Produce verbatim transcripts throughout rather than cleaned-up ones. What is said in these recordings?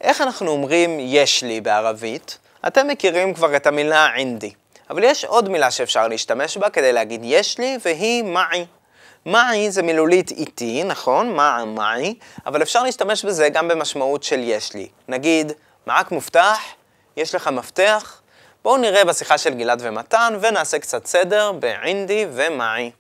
איך אנחנו אומרים יש לי בערבית? אתם מכירים כבר את המילה עינדי, אבל יש עוד מילה שאפשר להשתמש בה כדי להגיד יש לי, והיא מעי. מעי זה מילולית איתי, נכון? מה מעי, אבל אפשר להשתמש בזה גם במשמעות של יש לי. נגיד, מעק מופתח, יש לך מפתח? בואו נראה בשיחה של גלעד ומתן ונעשה קצת סדר בעינדי ומעי.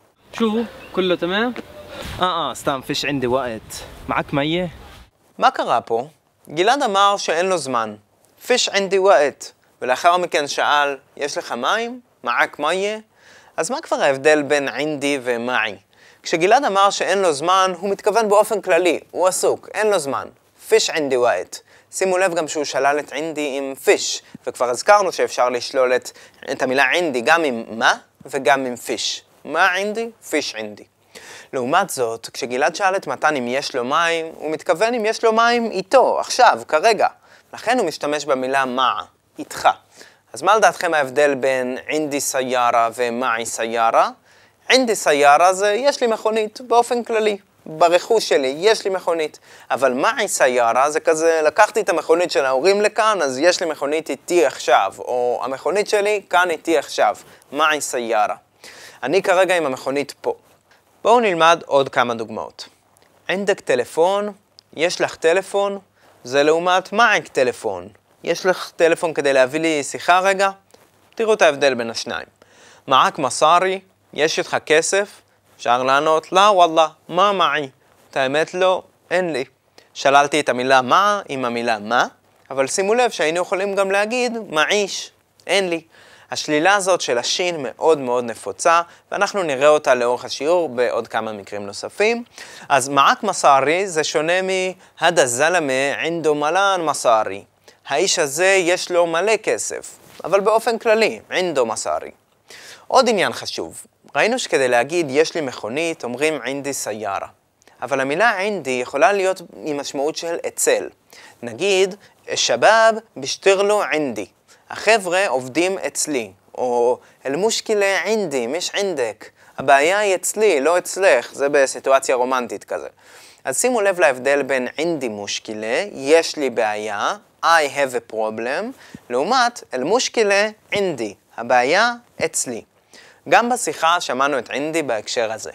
شو كله تمام؟ اه اه סתם فيش عندي وقت. معك مية؟ מה קרה פה? גלעד אמר שאין לו זמן. פיש עינדי וואט. ולאחר מכן שאל, יש לך מים? מעק מיה? אז מה כבר ההבדל בין עינדי ומעי? כשגלעד אמר שאין לו זמן, הוא מתכוון באופן כללי, הוא עסוק, אין לו זמן. פיש עינדי וואט. שימו לב גם שהוא שלל את עינדי עם פיש, וכבר הזכרנו שאפשר לשלול את, את המילה עינדי גם עם מה וגם עם פיש. מה עינדי? פיש עינדי. לעומת זאת, כשגלעד שאל את מתן אם יש לו מים, הוא מתכוון אם יש לו מים איתו, עכשיו, כרגע. לכן הוא משתמש במילה מה, איתך. אז מה לדעתכם ההבדל בין עינדי סיירה ומעי סיירה? עינדי סיירה זה יש לי מכונית באופן כללי. ברכוש שלי יש לי מכונית. אבל מעי סיירה זה כזה, לקחתי את המכונית של ההורים לכאן, אז יש לי מכונית איתי עכשיו. או המכונית שלי כאן איתי עכשיו. מעי סיירה. אני כרגע עם המכונית פה. בואו נלמד עוד כמה דוגמאות. עינדק טלפון, יש לך טלפון, זה לעומת מעק טלפון. יש לך טלפון כדי להביא לי שיחה רגע? תראו את ההבדל בין השניים. מעק מסארי, יש איתך כסף? אפשר לענות, לא וואלה, מה מעי? את האמת לא, אין לי. שללתי את המילה מה עם המילה מה, אבל שימו לב שהיינו יכולים גם להגיד מעיש, אין לי. השלילה הזאת של השין מאוד מאוד נפוצה, ואנחנו נראה אותה לאורך השיעור בעוד כמה מקרים נוספים. אז מעק מסארי זה שונה מהדה זלמה עינדו מלן מסארי. האיש הזה יש לו מלא כסף, אבל באופן כללי, עינדו מסארי. עוד עניין חשוב, ראינו שכדי להגיד יש לי מכונית אומרים עינדי סיירה. אבל המילה עינדי יכולה להיות עם משמעות של אצל. נגיד, שבאב בשתרלו עינדי. החבר'ה עובדים אצלי, או אל-מושקילה עינדי, מיש עינדק. הבעיה היא אצלי, לא אצלך, זה בסיטואציה רומנטית כזה. אז שימו לב להבדל בין עינדי מושקילה, יש לי בעיה, I have a problem, לעומת אל-מושקילה עינדי, הבעיה אצלי. גם בשיחה שמענו את עינדי בהקשר הזה.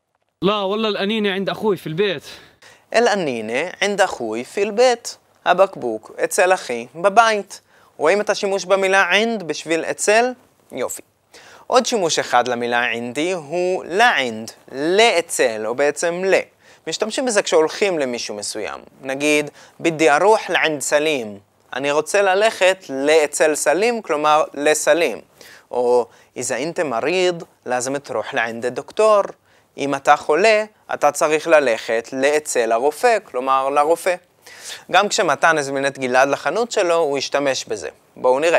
لا والله الأنينة عند أخوي في البيت. אל-אנינה עינד אחוי פיל בית. הבקבוק אצל אחי בבית. רואים את השימוש במילה עינד בשביל אצל? יופי. עוד שימוש אחד למילה עינדי הוא לעינד, לאצל, או בעצם ל. משתמשים בזה כשהולכים למישהו מסוים. נגיד, בידי ארוח לעינד סלים. אני רוצה ללכת לאצל סלים, כלומר לסלים. או, איזה אינטה מריד, לזם תרוח לעינד דוקטור. אם אתה חולה, אתה צריך ללכת לאצל הרופא, כלומר לרופא. גם כשמתן הזמין את גלעד לחנות שלו, הוא השתמש בזה. בואו נראה.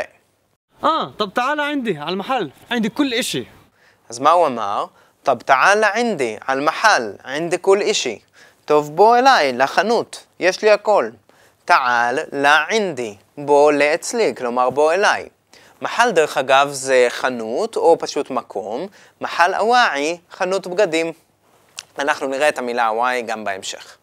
اه طب تعال عندي على المحل عندي كل إشي. אז מה הוא אמר? طب تعال عندي על מחל, عندي كل إشي. טוב, בוא אליי, לחנות, יש לי הכל. تعال לעינדי, בוא לאצלי, כלומר בוא אליי. מחל דרך אגב זה חנות או פשוט מקום, מחל אוואעי, חנות בגדים. אנחנו נראה את המילה אוואעי גם בהמשך.